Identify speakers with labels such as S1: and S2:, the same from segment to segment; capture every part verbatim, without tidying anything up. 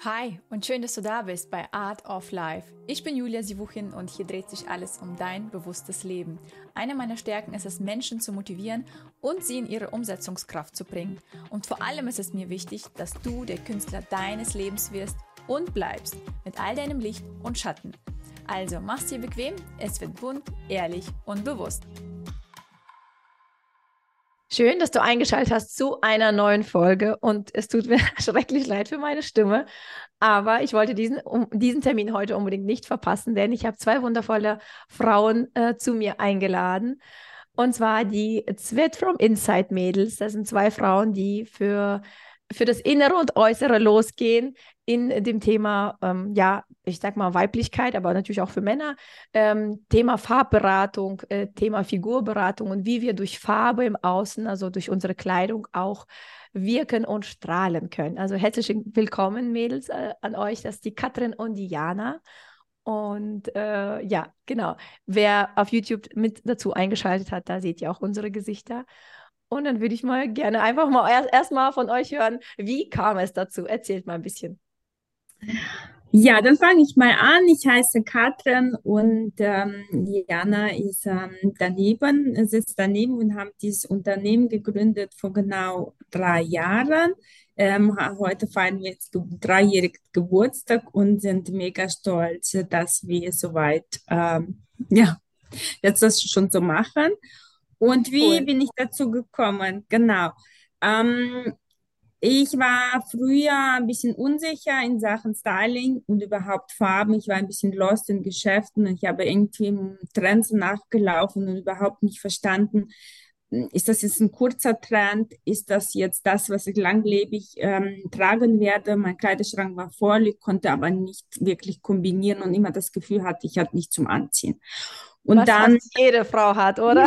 S1: Hi und schön, dass du da bist bei Art of Life. Ich bin Julia Sivuchin und hier dreht sich alles um dein bewusstes Leben. Eine meiner Stärken ist es, Menschen zu motivieren und sie in ihre Umsetzungskraft zu bringen. Und vor allem ist es mir wichtig, dass du der Künstler deines Lebens wirst und bleibst, mit all deinem Licht und Schatten. Also mach's dir bequem, es wird bunt, ehrlich und bewusst.
S2: Schön, dass du eingeschaltet hast zu einer neuen Folge und es tut mir schrecklich leid für meine Stimme, aber ich wollte diesen, um, diesen Termin heute unbedingt nicht verpassen, denn ich habe zwei wundervolle Frauen äh, zu mir eingeladen und zwar die Sweat from Inside Mädels. Das sind zwei Frauen, die für, für das Innere und Äußere losgehen in dem Thema, ähm, ja, ich sag mal Weiblichkeit, aber natürlich auch für Männer. Ähm, Thema Farbberatung, äh, Thema Figurberatung und wie wir durch Farbe im Außen, also durch unsere Kleidung auch wirken und strahlen können. Also herzlich willkommen, Mädels, äh, an euch. Das ist die Katrin und die Jana. Und äh, ja, genau. Wer auf YouTube mit dazu eingeschaltet hat, da seht ihr auch unsere Gesichter. Und dann würde ich mal gerne einfach mal erst, erst mal von euch hören, wie kam es dazu? Erzählt mal ein bisschen.
S3: Ja, dann fange ich mal an. Ich heiße Katrin und ähm, Jana ist ähm, daneben, es ist daneben und haben dieses Unternehmen gegründet vor genau drei Jahren. Ähm, ha- heute feiern wir jetzt ge dreijährigen Geburtstag und sind mega stolz, dass wir soweit ähm, ja, jetzt das schon so machen. Und wie
S2: Cool.
S3: bin ich dazu gekommen? Genau. Ähm, Ich war früher ein bisschen unsicher in Sachen Styling und überhaupt Farben. Ich war ein bisschen lost in Geschäften und ich habe irgendwie im Trends nachgelaufen und überhaupt nicht verstanden, ist das jetzt ein kurzer Trend? Ist das jetzt das, was ich langlebig ähm, tragen werde? Mein Kleiderschrank war voll, ich konnte aber nicht wirklich kombinieren und immer das Gefühl hatte, ich hatte nicht zum Anziehen. Und
S2: Was
S3: dann
S2: fast jede Frau hat, oder?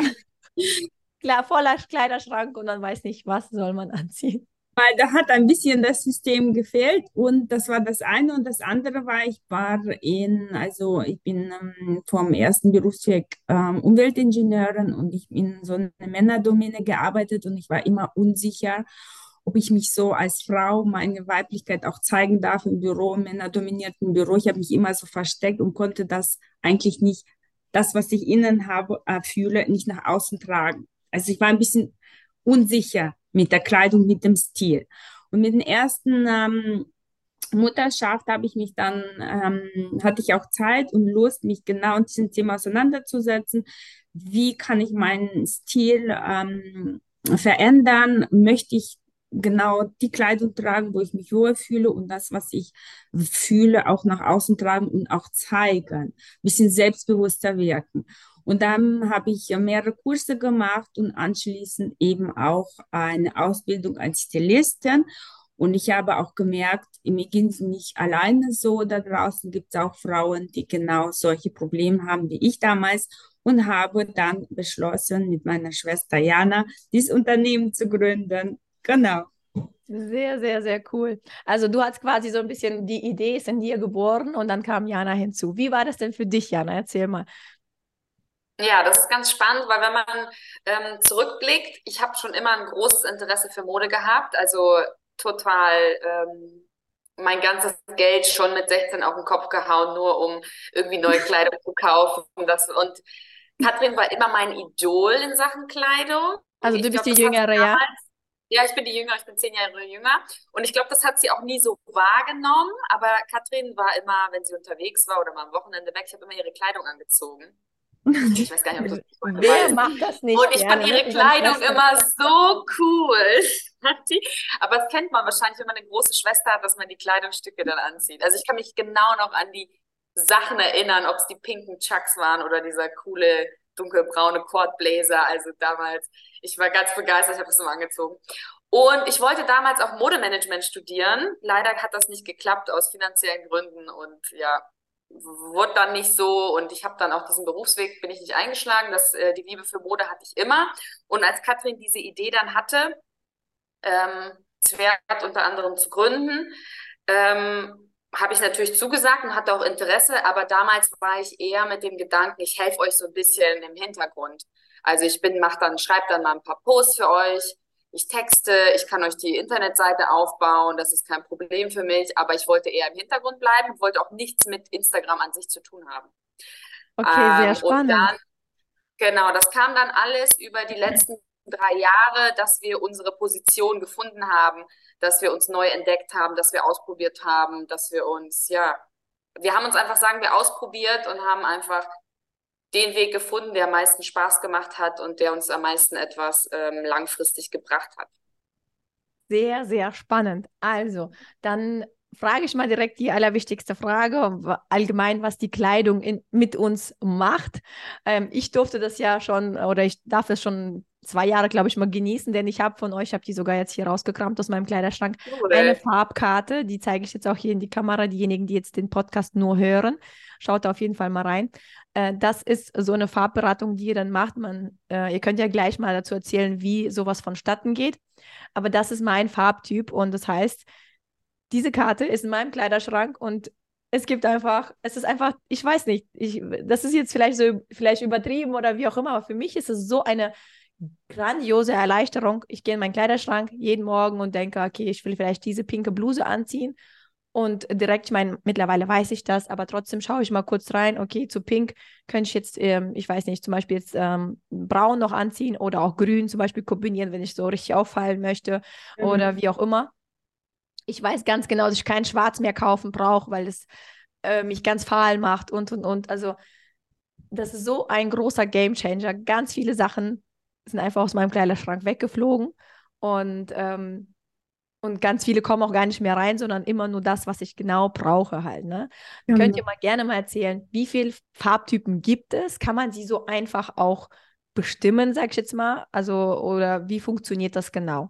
S2: Klar, voller Kleiderschrank und dann weiß nicht, was soll man anziehen.
S3: Weil da hat ein bisschen das System gefehlt und das war das eine und das andere war, ich war in, also ich bin ähm, vom ersten Berufsweg ähm, Umweltingenieurin und ich bin in so einer Männerdomäne gearbeitet und ich war immer unsicher, ob ich mich so als Frau meine Weiblichkeit auch zeigen darf im Büro, im männerdominierten Büro. Ich habe mich immer so versteckt und konnte das eigentlich nicht, das, was ich innen habe, äh, fühle, nicht nach außen tragen. Also ich war ein bisschen unsicher mit der Kleidung, mit dem Stil. Und mit den ersten ähm, Mutterschaft habe ich mich dann, ähm, hatte ich auch Zeit und Lust, mich genau mit diesem Thema auseinanderzusetzen. Wie kann ich meinen Stil ähm, verändern? Möchte ich genau die Kleidung tragen, wo ich mich wohlfühle und das, was ich fühle, auch nach außen tragen und auch zeigen, ein bisschen selbstbewusster wirken. Und dann habe ich mehrere Kurse gemacht und anschließend eben auch eine Ausbildung als Stylistin. Und ich habe auch gemerkt, mir ging es nicht alleine so. Da draußen gibt es auch Frauen, die genau solche Probleme haben wie ich damals. Und habe dann beschlossen, mit meiner Schwester Jana dieses Unternehmen zu gründen. Genau.
S2: Sehr, sehr, sehr cool. Also du hast quasi so ein bisschen, die Idee ist in dir geboren und dann kam Jana hinzu. Wie war das denn für dich, Jana? Erzähl mal.
S4: Ja, das ist ganz spannend, weil wenn man ähm, zurückblickt, ich habe schon immer ein großes Interesse für Mode gehabt, also total ähm, mein ganzes Geld schon mit sechzehn auf den Kopf gehauen, nur um irgendwie neue Kleidung zu kaufen. Das, und Katrin war immer mein Idol in Sachen Kleidung.
S2: Also du
S4: Ich
S2: bist
S4: glaube,
S2: die
S4: das hat sie
S2: Jüngere, ja?
S4: damals, ja, ich bin die Jüngere, ich bin zehn Jahre jünger. Und ich glaube, das hat sie auch nie so wahrgenommen. Aber Katrin war immer, wenn sie unterwegs war oder mal am Wochenende weg, ich habe immer ihre Kleidung angezogen. Ich weiß gar nicht, ob du das heute
S2: Wer
S4: weißt.
S2: macht das
S4: Und
S2: nicht
S4: ich fand
S2: gerne, ne?
S4: ihre
S2: Für seine
S4: Kleidung
S2: Schwester.
S4: immer so cool. Aber das kennt man wahrscheinlich, wenn man eine große Schwester hat, dass man die Kleidungsstücke dann anzieht. Also ich kann mich genau noch an die Sachen erinnern, ob es die pinken Chucks waren oder dieser coole dunkelbraune Cordblazer. Also damals, ich war ganz begeistert, ich habe das immer angezogen. Und ich wollte damals auch Modemanagement studieren. Leider hat das nicht geklappt aus finanziellen Gründen und ja, wurde dann nicht so und ich habe dann auch diesen Berufsweg, bin ich nicht eingeschlagen, das, äh, die Liebe für Mode hatte ich immer. Und als Katrin diese Idee dann hatte, ähm, Zwerg unter anderem zu gründen, ähm, habe ich natürlich zugesagt und hatte auch Interesse, aber damals war ich eher mit dem Gedanken, ich helfe euch so ein bisschen im Hintergrund. Also ich bin, mach dann, schreibe dann mal ein paar Posts für euch, ich texte, ich kann euch die Internetseite aufbauen, das ist kein Problem für mich, aber ich wollte eher im Hintergrund bleiben, wollte auch nichts mit Instagram an sich zu tun haben.
S2: Okay, sehr
S4: Ähm, und
S2: spannend.
S4: dann, genau, das kam dann alles über die letzten drei Jahre, dass wir unsere Position gefunden haben, dass wir uns neu entdeckt haben, dass wir ausprobiert haben, dass wir uns, ja, wir haben uns einfach, sagen wir, ausprobiert und haben einfach den Weg gefunden, der am meisten Spaß gemacht hat und der uns am meisten etwas ähm, langfristig gebracht hat.
S2: Sehr, sehr spannend. Also, dann frage ich mal direkt die allerwichtigste Frage, wa- allgemein, was die Kleidung in, mit uns macht. Ähm, ich durfte das ja schon, oder ich darf das schon zwei Jahre, glaube ich, mal genießen, denn ich habe von euch, ich habe die sogar jetzt hier rausgekramt aus meinem Kleiderschrank,
S4: Cool.
S2: eine Farbkarte, die zeige ich jetzt auch hier in die Kamera, diejenigen, die jetzt den Podcast nur hören, schaut da auf jeden Fall mal rein. Äh, das ist so eine Farbberatung, die ihr dann macht. Man, äh, ihr könnt ja gleich mal dazu erzählen, wie sowas vonstatten geht. Aber das ist mein Farbtyp und das heißt, diese Karte ist in meinem Kleiderschrank und es gibt einfach, es ist einfach, ich weiß nicht, ich, das ist jetzt vielleicht so, vielleicht übertrieben oder wie auch immer, aber für mich ist es so eine grandiose Erleichterung. Ich gehe in meinen Kleiderschrank jeden Morgen und denke, okay, ich will vielleicht diese pinke Bluse anziehen und direkt, ich meine, mittlerweile weiß ich das, aber trotzdem schaue ich mal kurz rein, okay, zu pink könnte ich jetzt, ähm, ich weiß nicht, zum Beispiel jetzt ähm, braun noch anziehen oder auch grün zum Beispiel kombinieren, wenn ich so richtig auffallen möchte oder
S3: Mhm.
S2: wie auch immer. Ich weiß ganz genau, dass ich kein Schwarz mehr kaufen brauche, weil es äh, mich ganz fahl macht und, und, und. Also das ist so ein großer Gamechanger. Ganz viele Sachen sind einfach aus meinem Kleiderschrank weggeflogen und, ähm, und ganz viele kommen auch gar nicht mehr rein, sondern immer nur das, was ich genau brauche halt, ne? Könnt ihr
S3: Genau.
S2: mal gerne mal erzählen, wie viele Farbtypen gibt es? Kann man sie so einfach auch bestimmen, sag ich jetzt mal? Also, oder wie funktioniert das genau?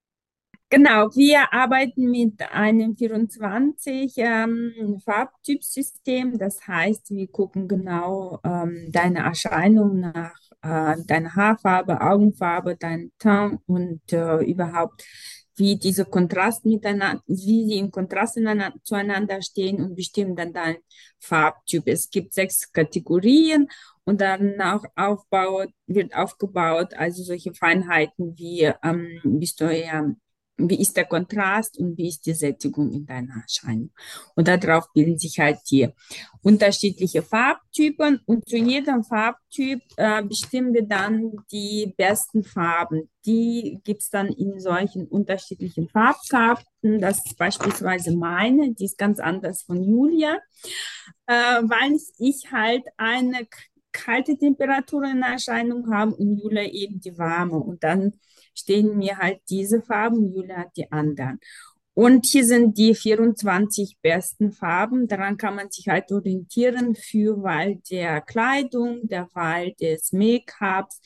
S3: Genau, wir arbeiten mit einem vierundzwanzig ähm, Farbtypsystem. Das heißt, wir gucken genau ähm, deine Erscheinung nach äh, deiner Haarfarbe, Augenfarbe, dein Teint und äh, überhaupt, wie diese Kontrast miteinander, wie sie im Kontrast ineinander, zueinander stehen und bestimmen dann dein Farbtyp. Es gibt sechs Kategorien und dann auch aufbaut, wird aufgebaut, also solche Feinheiten wie ähm, bist du eher wie ist der Kontrast und wie ist die Sättigung in deiner Erscheinung. Und darauf bilden sich halt die unterschiedlichen Farbtypen und zu jedem Farbtyp äh, bestimmen wir dann die besten Farben. Die gibt es dann in solchen unterschiedlichen Farbkarten. Das ist beispielsweise meine, die ist ganz anders von Julia, äh, weil ich halt eine kalte Temperatur in Erscheinung habe und Julia eben die warme. Und dann stehen mir halt diese Farben, Julia hat die anderen. Und hier sind die vierundzwanzig besten Farben. Daran kann man sich halt orientieren für Wahl der Kleidung, der Wahl des Make-ups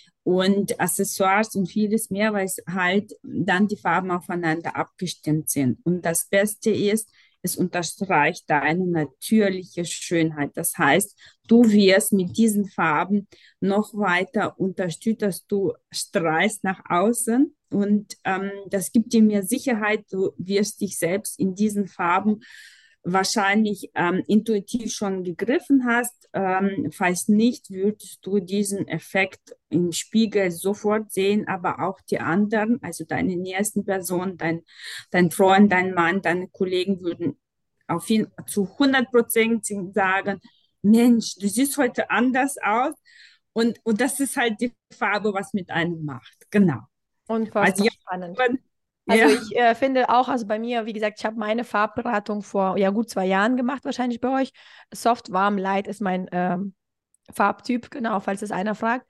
S3: und Accessoires und vieles mehr, weil es halt dann die Farben aufeinander abgestimmt sind. Und das Beste ist, es unterstreicht deine natürliche Schönheit. Das heißt, du wirst mit diesen Farben noch weiter unterstützt, dass du strahlst nach außen und ähm, das gibt dir mehr Sicherheit. Du wirst dich selbst in diesen Farben wahrscheinlich ähm, intuitiv schon gegriffen hast. Ähm, falls nicht, würdest du diesen Effekt im Spiegel sofort sehen, aber auch die anderen, also deine nächsten Personen, dein, dein Freund, dein Mann, deine Kollegen würden auf jeden, zu hundert Prozent sagen, Mensch, du siehst heute anders aus. Und, und das ist halt die Farbe, was mit einem macht. Genau. Also
S2: Unfassbar
S3: ja,
S2: spannend.
S3: man-
S2: Also
S3: ja,
S2: ich äh, finde auch, also bei mir, wie gesagt, ich habe meine Farbberatung vor ja gut zwei Jahren gemacht, wahrscheinlich bei euch. Soft, warm, light ist mein ähm, Farbtyp, genau, falls es einer fragt.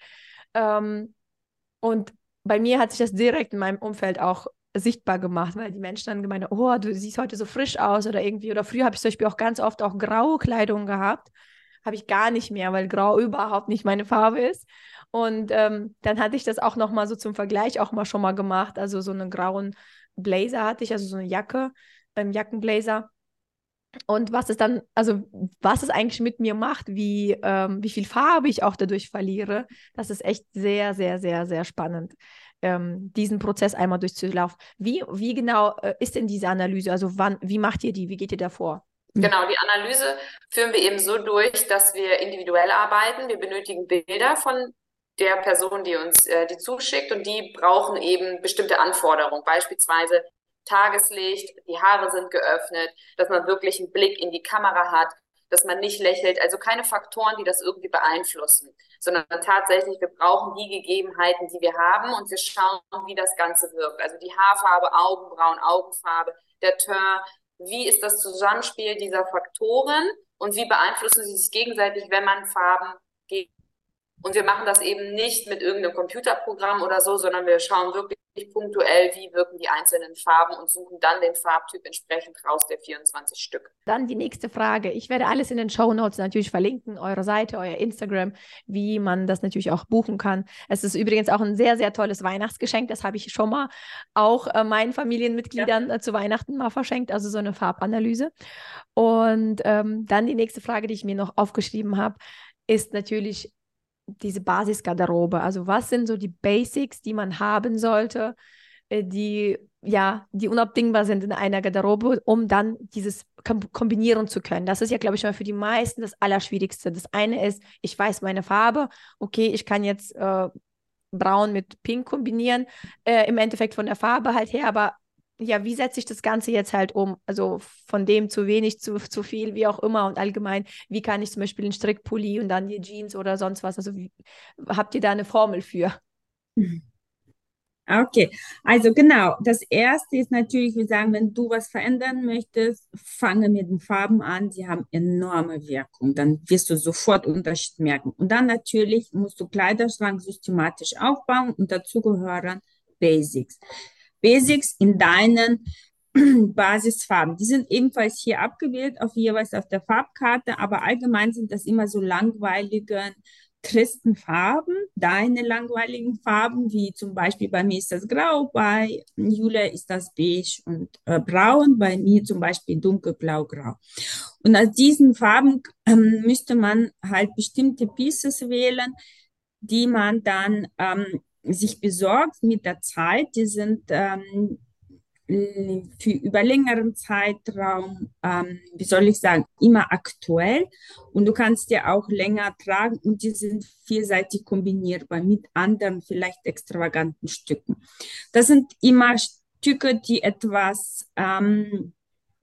S2: Ähm, und bei mir hat sich das direkt in meinem Umfeld auch sichtbar gemacht, weil die Menschen dann gemeint haben, oh, du siehst heute so frisch aus oder irgendwie. Oder früher habe ich zum Beispiel auch ganz oft auch graue Kleidung gehabt. Habe ich gar nicht mehr, weil grau überhaupt nicht meine Farbe ist. Und ähm, dann hatte ich das auch noch mal so zum Vergleich auch mal schon mal gemacht. Also so einen grauen Blazer hatte ich, also so eine Jacke, ähm, Jackenblazer. Und was es dann, also was es eigentlich mit mir macht, wie, ähm, wie viel Farbe ich auch dadurch verliere, das ist echt sehr, sehr, sehr, sehr spannend, ähm, diesen Prozess einmal durchzulaufen. Wie, wie genau äh, ist denn diese Analyse? Also wann, wie macht ihr die? Wie geht ihr davor?
S4: Genau, die Analyse führen wir eben so durch, dass wir individuell arbeiten. Wir benötigen Bilder von der Person, die uns äh, die zuschickt, und die brauchen eben bestimmte Anforderungen, beispielsweise Tageslicht, die Haare sind geöffnet, dass man wirklich einen Blick in die Kamera hat, dass man nicht lächelt, also keine Faktoren, die das irgendwie beeinflussen, sondern tatsächlich, wir brauchen die Gegebenheiten, die wir haben, und wir schauen, wie das Ganze wirkt. Also die Haarfarbe, Augenbrauen, Augenfarbe, der Teint, wie ist das Zusammenspiel dieser Faktoren und wie beeinflussen sie sich gegenseitig, wenn man Farben geht. Und wir machen das eben nicht mit irgendeinem Computerprogramm oder so, sondern wir schauen wirklich punktuell, wie wirken die einzelnen Farben, und suchen dann den Farbtyp entsprechend raus der vierundzwanzig Stück.
S2: Dann die nächste Frage. Ich werde alles in den Shownotes natürlich verlinken, eure Seite, euer Instagram, wie man das natürlich auch buchen kann. Es ist übrigens auch ein sehr, sehr tolles Weihnachtsgeschenk. Das habe ich schon mal auch äh, meinen Familienmitgliedern ja. äh, zu Weihnachten mal verschenkt, also so eine Farbanalyse. Und ähm, dann die nächste Frage, die ich mir noch aufgeschrieben habe, ist natürlich diese Basisgarderobe. Also was sind so die Basics, die man haben sollte, die, ja, die unabdingbar sind in einer Garderobe, um dann dieses kom- kombinieren zu können. Das ist ja, glaube ich, mal für die meisten das Allerschwierigste. Das eine ist, ich weiß meine Farbe, okay, ich kann jetzt äh, braun mit pink kombinieren, äh, im Endeffekt von der Farbe halt her, aber ja, wie setze ich das Ganze jetzt halt um? Also von dem zu wenig, zu, zu viel, wie auch immer, und allgemein, wie kann ich zum Beispiel einen Strickpulli und dann die Jeans oder sonst was? Also wie, habt ihr da eine Formel für?
S3: Okay, also genau, das erste ist natürlich, wir sagen, wenn du was verändern möchtest, fange mit den Farben an, die haben enorme Wirkung, dann wirst du sofort Unterschied merken. Und dann natürlich musst du Kleiderschrank systematisch aufbauen, und dazu gehören Basics. Basics in deinen Basisfarben. Die sind ebenfalls hier abgebildet, auf jeweils auf der Farbkarte, aber allgemein sind das immer so langweilige, tristen Farben, deine langweiligen Farben, wie zum Beispiel bei mir ist das Grau, bei Julia ist das Beige und äh, Braun, bei mir zum Beispiel Dunkelblau-Grau. Und aus diesen Farben ähm, müsste man halt bestimmte Pieces wählen, die man dann ähm, sich besorgt mit der Zeit. Die sind ähm, für über längeren Zeitraum, ähm, wie soll ich sagen, immer aktuell, und du kannst dir auch länger tragen, und die sind vielseitig kombinierbar mit anderen, vielleicht extravaganten Stücken. Das sind immer Stücke, die etwas ähm,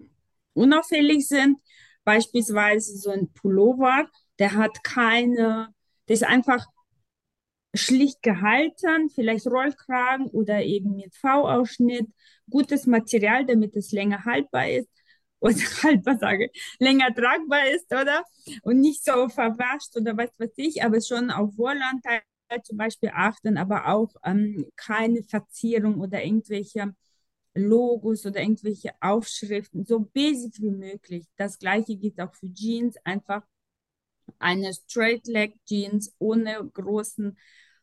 S3: unauffällig sind, beispielsweise so ein Pullover, der hat keine, der ist einfach schlicht gehalten, vielleicht Rollkragen oder eben mit V-Ausschnitt, gutes Material, damit es länger haltbar ist oder haltbar sage, länger tragbar ist, oder? Und nicht so verwascht oder was weiß ich, aber schon auf Wollanteil zum Beispiel achten, aber auch ähm, keine Verzierung oder irgendwelche Logos oder irgendwelche Aufschriften, so basic wie möglich. Das gleiche gilt auch für Jeans, einfach eine Straight Leg Jeans ohne großen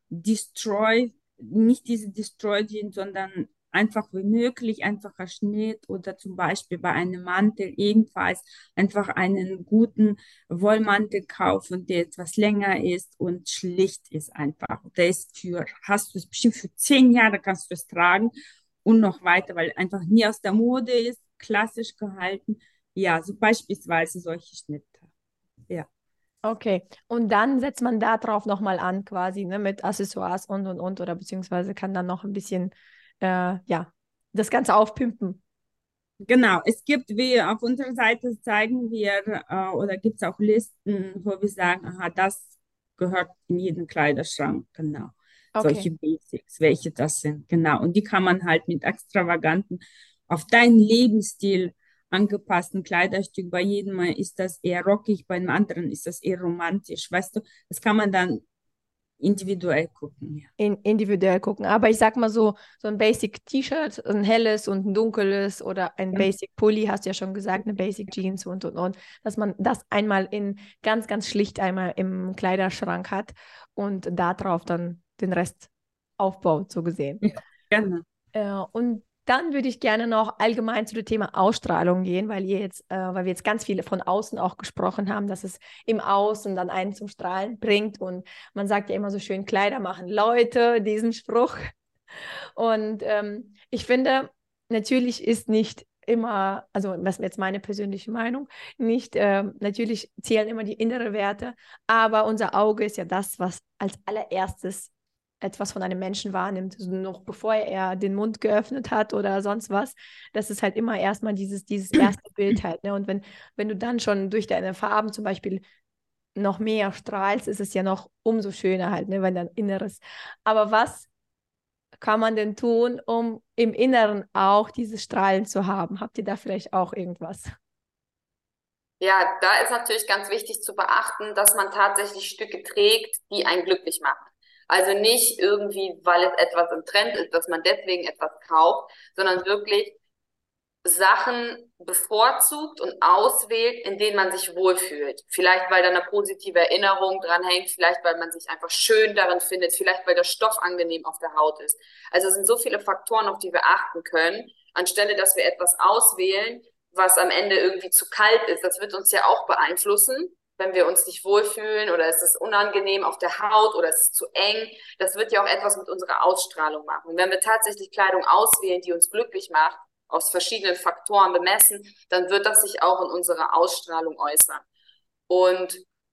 S3: Destroy, nicht diese Destroy Jeans, sondern einfach wie möglich, einfacher Schnitt, oder zum Beispiel bei einem Mantel ebenfalls einfach einen guten Wollmantel kaufen, der etwas länger ist und schlicht ist einfach. Der ist für, hast du es bestimmt für zehn Jahre, kannst du es tragen und noch weiter, weil einfach nie aus der Mode ist, klassisch gehalten. Ja, so beispielsweise solche Schnitte. Ja.
S2: Okay, und dann setzt man da drauf nochmal an, quasi, ne, mit Accessoires und und und, oder beziehungsweise kann dann noch ein bisschen, äh, ja, das Ganze aufpimpen.
S3: Genau, es gibt, wie auf unserer Seite zeigen wir, äh, oder gibt es auch Listen, wo wir sagen, aha, das gehört in jeden Kleiderschrank, genau.
S2: Okay.
S3: Solche Basics, welche das sind, genau. Und die kann man halt mit extravaganten, auf deinen Lebensstil angepassten Kleiderstück, bei jedem Mal ist das eher rockig, bei dem anderen ist das eher romantisch, weißt du, das kann man dann individuell gucken, ja.
S2: In, individuell gucken. Aber ich sag mal so, so ein Basic T-Shirt, ein helles und ein dunkles, oder ein
S3: Ja.
S2: Basic Pulli, hast du ja schon gesagt, eine Basic Jeans und und und, dass man das einmal in ganz, ganz schlicht einmal im Kleiderschrank hat und darauf dann den Rest aufbaut, so gesehen.
S3: Ja, gerne.
S2: Äh, und dann würde ich gerne noch allgemein zu dem Thema Ausstrahlung gehen, weil ihr jetzt, äh, weil wir jetzt ganz viele von außen auch gesprochen haben, dass es im Außen dann einen zum Strahlen bringt. Und man sagt ja immer so schön, Kleider machen Leute, diesen Spruch. Und ähm, ich finde, natürlich ist nicht immer, also was ist jetzt meine persönliche Meinung, nicht, äh, natürlich zählen immer die inneren Werte, aber unser Auge ist ja das, was als allererstes etwas von einem Menschen wahrnimmt, also noch bevor er den Mund geöffnet hat oder sonst was. Das ist halt immer erstmal dieses, dieses erste Bild halt. Ne? Und wenn, wenn du dann schon durch deine Farben zum Beispiel noch mehr strahlst, ist es ja noch umso schöner halt, ne? Wenn dein Inneres. Aber was kann man denn tun, um im Inneren auch dieses Strahlen zu haben? Habt ihr da vielleicht auch irgendwas?
S4: Ja, da ist natürlich ganz wichtig zu beachten, dass man tatsächlich Stücke trägt, die einen glücklich machen. Also nicht irgendwie, weil es etwas im Trend ist, dass man deswegen etwas kauft, sondern wirklich Sachen bevorzugt und auswählt, in denen man sich wohlfühlt. Vielleicht, weil da eine positive Erinnerung dran hängt, vielleicht, weil man sich einfach schön darin findet, vielleicht, weil der Stoff angenehm auf der Haut ist. Also es sind so viele Faktoren, auf die wir achten können, anstelle, dass wir etwas auswählen, was am Ende irgendwie zu kalt ist. Das wird uns ja auch beeinflussen, wenn wir uns nicht wohlfühlen oder es ist unangenehm auf der Haut oder es ist zu eng. Das wird ja auch etwas mit unserer Ausstrahlung machen. Und wenn wir tatsächlich Kleidung auswählen, die uns glücklich macht, aus verschiedenen Faktoren bemessen, dann wird das sich auch in unserer Ausstrahlung äußern. Und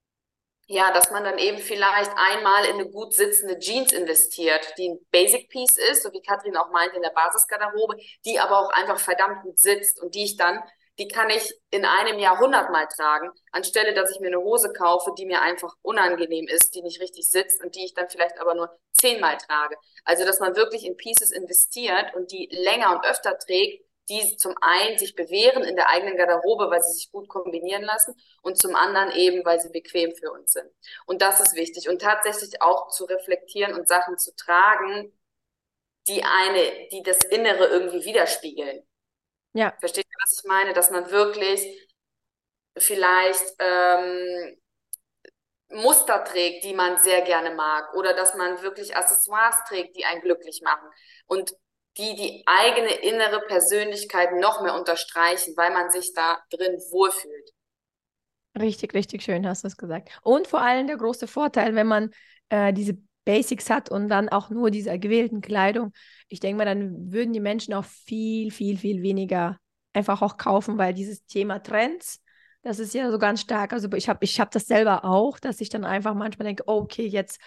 S4: ja, dass man dann eben vielleicht einmal in eine gut sitzende Jeans investiert, die ein Basic Piece ist, so wie Katrin auch meint, in der Basisgarderobe, die aber auch einfach verdammt gut sitzt und die ich dann, die kann ich in einem Jahr hundertmal tragen, anstelle, dass ich mir eine Hose kaufe, die mir einfach unangenehm ist, die nicht richtig sitzt und die ich dann vielleicht aber nur zehnmal trage. Also, dass man wirklich in Pieces investiert und die länger und öfter trägt, die zum einen sich bewähren in der eigenen Garderobe, weil sie sich gut kombinieren lassen und zum anderen eben, weil sie bequem für uns sind. Und das ist wichtig. Und tatsächlich auch zu reflektieren und Sachen zu tragen, die eine, die das Innere irgendwie widerspiegeln.
S2: Ja.
S4: Versteht ihr, was ich meine? Dass man wirklich vielleicht ähm, Muster trägt, die man sehr gerne mag oder dass man wirklich Accessoires trägt, die einen glücklich machen und die die eigene innere Persönlichkeit noch mehr unterstreichen, weil man sich da drin wohlfühlt.
S2: Richtig, richtig schön hast du es gesagt. Und vor allem der große Vorteil, wenn man äh, diese Basics hat und dann auch nur diese gewählten Kleidung, ich denke mal, dann würden die Menschen auch viel, viel, viel weniger einfach auch kaufen, weil dieses Thema Trends, das ist ja so ganz stark. Also ich habe ich hab das selber auch, dass ich dann einfach manchmal denke, oh, okay, jetzt,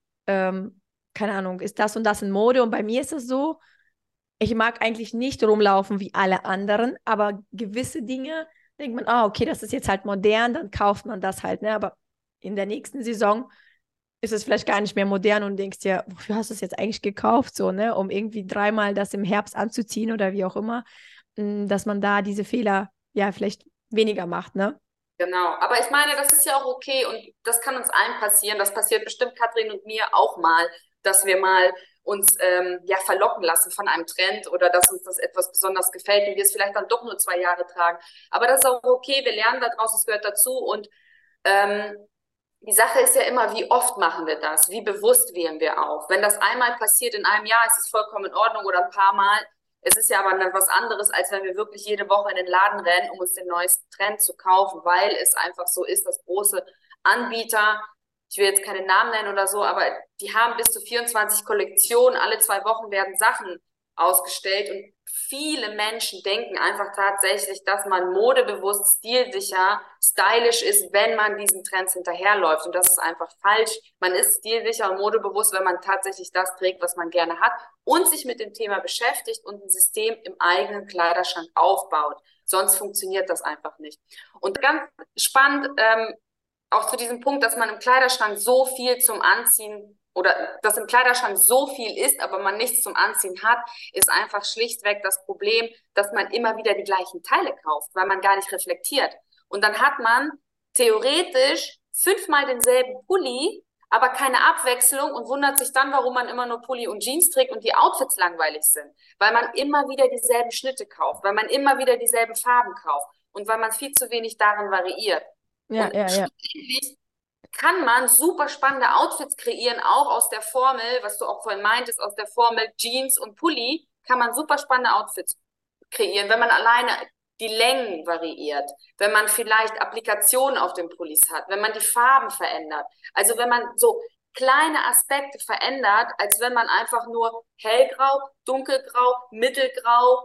S2: ähm, keine Ahnung, ist das und das in Mode und bei mir ist es so, ich mag eigentlich nicht rumlaufen wie alle anderen, aber gewisse Dinge denkt man, ah, okay, das ist jetzt halt modern, dann kauft man das halt, ne? Aber in der nächsten Saison ist es vielleicht gar nicht mehr modern und denkst dir, wofür hast du es jetzt eigentlich gekauft, so, ne? Um irgendwie dreimal das im Herbst anzuziehen oder wie auch immer, dass man da diese Fehler ja vielleicht weniger macht, ne?
S4: Genau, aber ich meine, das ist ja auch okay und das kann uns allen passieren. Das passiert bestimmt Katrin und mir auch mal, dass wir mal uns ähm, ja verlocken lassen von einem Trend oder dass uns das etwas besonders gefällt und wir es vielleicht dann doch nur zwei Jahre tragen. Aber das ist auch okay, wir lernen daraus, es gehört dazu und ähm, die Sache ist ja immer, wie oft machen wir das? Wie bewusst wählen wir auf? Wenn das einmal passiert in einem Jahr, ist es vollkommen in Ordnung oder ein paar Mal. Es ist ja aber dann was anderes, als wenn wir wirklich jede Woche in den Laden rennen, um uns den neuesten Trend zu kaufen, weil es einfach so ist, dass große Anbieter, ich will jetzt keine Namen nennen oder so, aber die haben bis zu vierundzwanzig Kollektionen, alle zwei Wochen werden Sachen ausgestellt und viele Menschen denken einfach tatsächlich, dass man modebewusst, stilsicher, stylisch ist, wenn man diesen Trends hinterherläuft. Und das ist einfach falsch. Man ist stilsicher und modebewusst, wenn man tatsächlich das trägt, was man gerne hat und sich mit dem Thema beschäftigt und ein System im eigenen Kleiderschrank aufbaut. Sonst funktioniert das einfach nicht. Und ganz spannend, ähm, auch zu diesem Punkt, dass man im Kleiderschrank so viel zum Anziehen oder dass im Kleiderschrank so viel ist, aber man nichts zum Anziehen hat, ist einfach schlichtweg das Problem, dass man immer wieder die gleichen Teile kauft, weil man gar nicht reflektiert. Und dann hat man theoretisch fünfmal denselben Pulli, aber keine Abwechslung und wundert sich dann, warum man immer nur Pulli und Jeans trägt und die Outfits langweilig sind. Weil man immer wieder dieselben Schnitte kauft, weil man immer wieder dieselben Farben kauft und weil man viel zu wenig darin variiert.
S2: Ja,
S4: und
S2: ja, ja.
S4: schlussendlich kann man super spannende Outfits kreieren, auch aus der Formel, was du auch vorhin meintest, aus der Formel Jeans und Pulli, kann man super spannende Outfits kreieren, wenn man alleine die Längen variiert, wenn man vielleicht Applikationen auf den Pullis hat, wenn man die Farben verändert. Also wenn man so kleine Aspekte verändert, als wenn man einfach nur hellgrau, dunkelgrau, mittelgrau,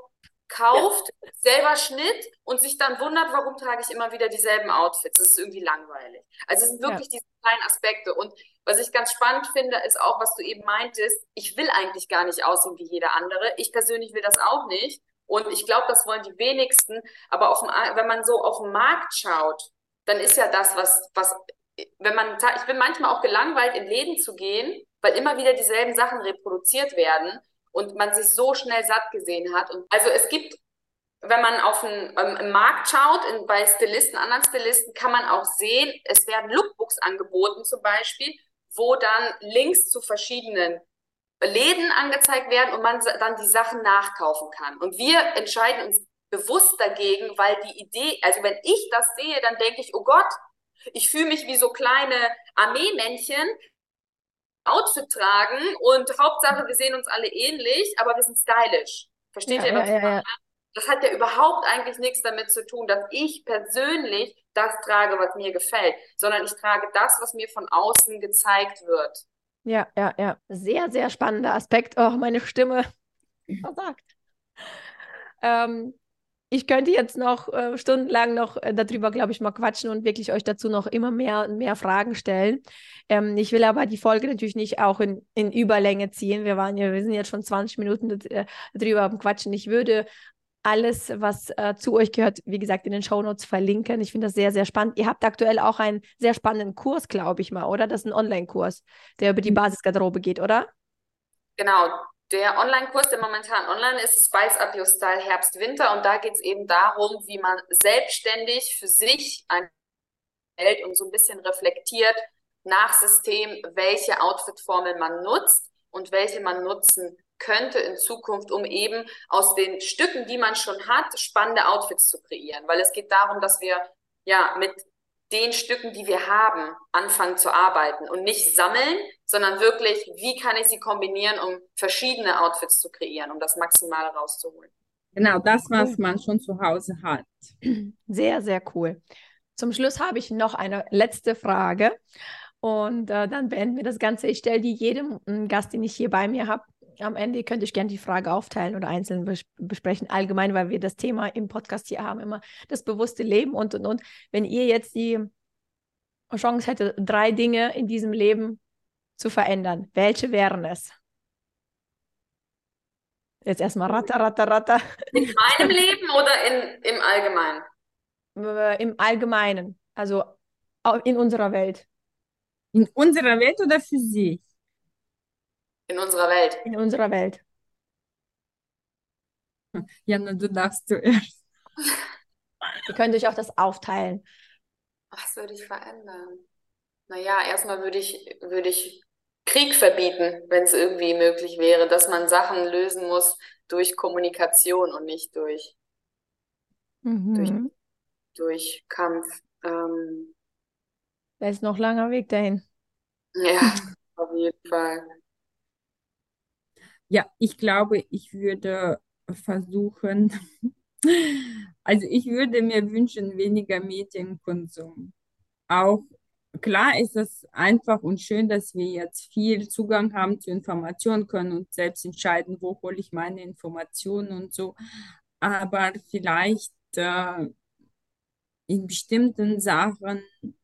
S4: kauft, selber Schnitt und sich dann wundert, warum trage ich immer wieder dieselben Outfits. Das ist irgendwie langweilig. Also es sind wirklich
S2: Ja.
S4: diese kleinen Aspekte. Und was ich ganz spannend finde, ist auch, was du eben meintest, ich will eigentlich gar nicht aussehen wie jeder andere. Ich persönlich will das auch nicht. Und ich glaube, das wollen die wenigsten. Aber auf dem, wenn man so auf den Markt schaut, dann ist ja das, was, was, wenn man, ich bin manchmal auch gelangweilt, in Läden zu gehen, weil immer wieder dieselben Sachen reproduziert werden und man sich so schnell satt gesehen hat. Und also es gibt, wenn man auf den ähm, im Markt schaut, in, bei Stilisten, anderen Stilisten, kann man auch sehen, es werden Lookbooks angeboten zum Beispiel, wo dann Links zu verschiedenen Läden angezeigt werden und man dann die Sachen nachkaufen kann. Und wir entscheiden uns bewusst dagegen, weil die Idee, also wenn ich das sehe, dann denke ich, oh Gott, ich fühle mich wie so kleine Armeemännchen, Outfit tragen und Hauptsache, wir sehen uns alle ähnlich, aber wir sind stylisch. Versteht
S2: Ja,
S4: ihr,
S2: ja,
S4: was ich
S2: ja,
S4: meine?
S2: ja.
S4: Das hat ja überhaupt eigentlich nichts damit zu tun, dass ich persönlich das trage, was mir gefällt, sondern ich trage das, was mir von außen gezeigt wird.
S2: Ja, ja, ja. Sehr, sehr spannender Aspekt. Oh, meine Stimme versagt. Ähm, ich könnte jetzt noch äh, stundenlang noch äh, darüber, glaube ich, mal quatschen und wirklich euch dazu noch immer mehr und mehr Fragen stellen. Ähm, ich will aber die Folge natürlich nicht auch in, in Überlänge ziehen. Wir waren ja, wir sind jetzt schon zwanzig Minuten äh, darüber am Quatschen. Ich würde alles, was äh, zu euch gehört, wie gesagt, in den Shownotes verlinken. Ich finde das sehr, sehr spannend. Ihr habt aktuell auch einen sehr spannenden Kurs, glaube ich mal, oder? Das ist ein Online-Kurs, der über die Basisgarderobe geht, oder?
S4: Genau, der Online-Kurs, der momentan online ist, ist Spice Up Your Style Herbst, Winter. Und da geht es eben darum, wie man selbstständig für sich ein Welt und so ein bisschen reflektiert nach System, welche Outfit-Formel man nutzt und welche man nutzen könnte in Zukunft, um eben aus den Stücken, die man schon hat, spannende Outfits zu kreieren. Weil es geht darum, dass wir ja mit den Stücken, die wir haben, anfangen zu arbeiten und nicht sammeln, sondern wirklich, wie kann ich sie kombinieren, um verschiedene Outfits zu kreieren, um das Maximale rauszuholen.
S3: Genau, das, was
S2: Cool.
S3: man schon zu Hause hat.
S2: Sehr, sehr cool. Zum Schluss habe ich noch eine letzte Frage und äh, dann beenden wir das Ganze. Ich stelle die jedem mm, Gast, den ich hier bei mir habe. Am Ende könnt ihr gerne die Frage aufteilen oder einzeln bes besprechen, allgemein, weil wir das Thema im Podcast hier haben, immer das bewusste Leben und, und, und. Wenn ihr jetzt die Chance hättet, drei Dinge in diesem Leben zu verändern, welche wären es? Jetzt erstmal ratter, ratter, ratter.
S4: In meinem Leben oder in, im Allgemeinen?
S2: Äh, Im Allgemeinen, also au- in unserer Welt.
S3: In unserer Welt oder für sich?
S4: In unserer Welt.
S2: In unserer Welt.
S3: Jana, du darfst zuerst.
S2: Ihr könnt euch auch das aufteilen.
S4: Was würde ich verändern? Naja, erstmal würde ich, würde ich Krieg verbieten, wenn es irgendwie möglich wäre, dass man Sachen lösen muss durch Kommunikation und nicht durch, durch,
S2: Mhm.
S4: durch Kampf. Ähm,
S2: Da ist noch langer Weg dahin.
S4: ja, auf jeden Fall.
S3: Ja, ich glaube, ich würde versuchen, also ich würde mir wünschen, weniger Medienkonsum. Auch klar ist es einfach und schön, dass wir jetzt viel Zugang haben zu Informationen, können und selbst entscheiden, wo hole ich meine Informationen und so. Aber vielleicht äh, in bestimmten Sachen,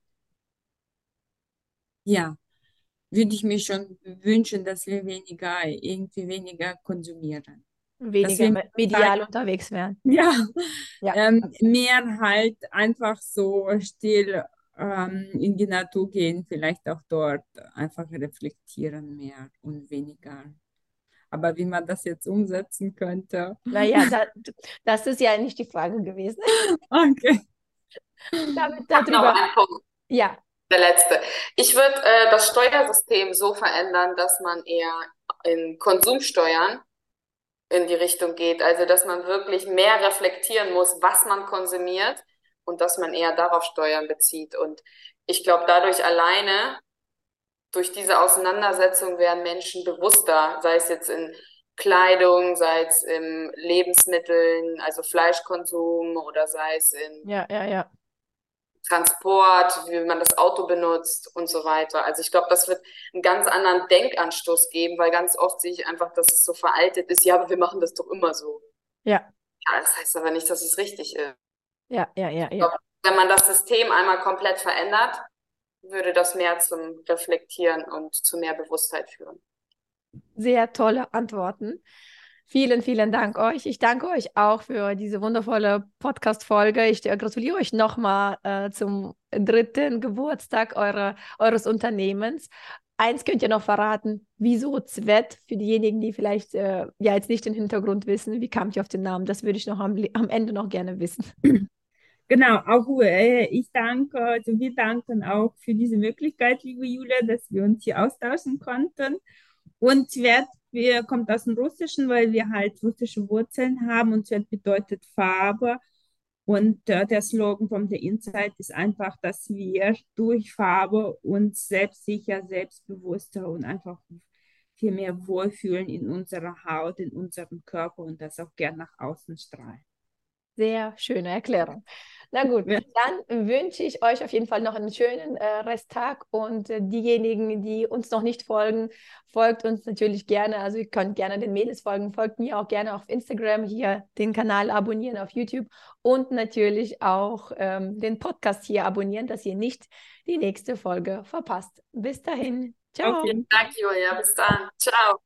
S3: ja, würde ich mir schon wünschen, dass wir weniger, irgendwie weniger konsumieren. Dass
S2: Weniger
S3: wir
S2: me- medial unterwegs wären.
S3: ja,
S2: Ja.
S3: ähm, mehr halt einfach so still ähm, in die Natur gehen, vielleicht auch dort einfach reflektieren mehr und weniger. Aber wie man das jetzt umsetzen könnte.
S2: Naja, da, das ist ja nicht die Frage gewesen.
S3: Okay.
S2: Damit,
S4: Ich habe noch
S2: darüber,
S4: einen Punkt,
S2: ja,
S4: der letzte. Ich würde äh, das Steuersystem so verändern, dass man eher in Konsumsteuern in die Richtung geht. Also, dass man wirklich mehr reflektieren muss, was man konsumiert und dass man eher darauf Steuern bezieht. Und ich glaube, dadurch alleine, durch diese Auseinandersetzung werden Menschen bewusster, sei es jetzt in Kleidung, sei es in Lebensmitteln, also Fleischkonsum oder sei es in
S2: ja, ja, ja.
S4: Transport, wie man das Auto benutzt und so weiter. Also ich glaube, das wird einen ganz anderen Denkanstoß geben, weil ganz oft sehe ich einfach, dass es so veraltet ist. Ja, aber wir machen das doch immer so.
S2: Ja,
S4: Ja, das heißt aber nicht, dass es richtig ist.
S2: Ja, ja, ja,
S4: Ich
S2: ja.
S4: glaube, wenn man das System einmal komplett verändert, würde das mehr zum Reflektieren und zu mehr Bewusstheit führen.
S2: Sehr tolle Antworten. Vielen, vielen Dank euch. Ich danke euch auch für diese wundervolle Podcast-Folge. Ich äh, gratuliere euch nochmal äh, zum dritten Geburtstag eure, eures Unternehmens. Eins könnt ihr noch verraten, wieso Zvet, für diejenigen, die vielleicht äh, ja jetzt nicht den Hintergrund wissen, wie kam ich auf den Namen? Das würde ich noch am, am Ende noch gerne wissen.
S3: Genau, auch äh, ich danke, also wir danken auch für diese Möglichkeit, liebe Julia, dass wir uns hier austauschen konnten. Und Zvet, wir kommt aus dem Russischen, weil wir halt russische Wurzeln haben und Zvet bedeutet Farbe. Und äh, der Slogan von der Insight ist einfach, dass wir durch Farbe uns selbstsicher, selbstbewusster und einfach viel mehr wohlfühlen in unserer Haut, in unserem Körper und das auch gern nach außen strahlen.
S2: Sehr schöne Erklärung. Na gut,
S3: Ja.
S2: dann wünsche ich euch auf jeden Fall noch einen schönen äh, Resttag und äh, diejenigen, die uns noch nicht folgen, folgt uns natürlich gerne. Also ihr könnt gerne den Mädels folgen, folgt mir auch gerne auf Instagram, hier den Kanal abonnieren auf YouTube und natürlich auch ähm, den Podcast hier abonnieren, dass ihr nicht die nächste Folge verpasst. Bis dahin. Ciao.
S3: Auf jeden
S4: Danke, Julia. Bis dann. Ciao.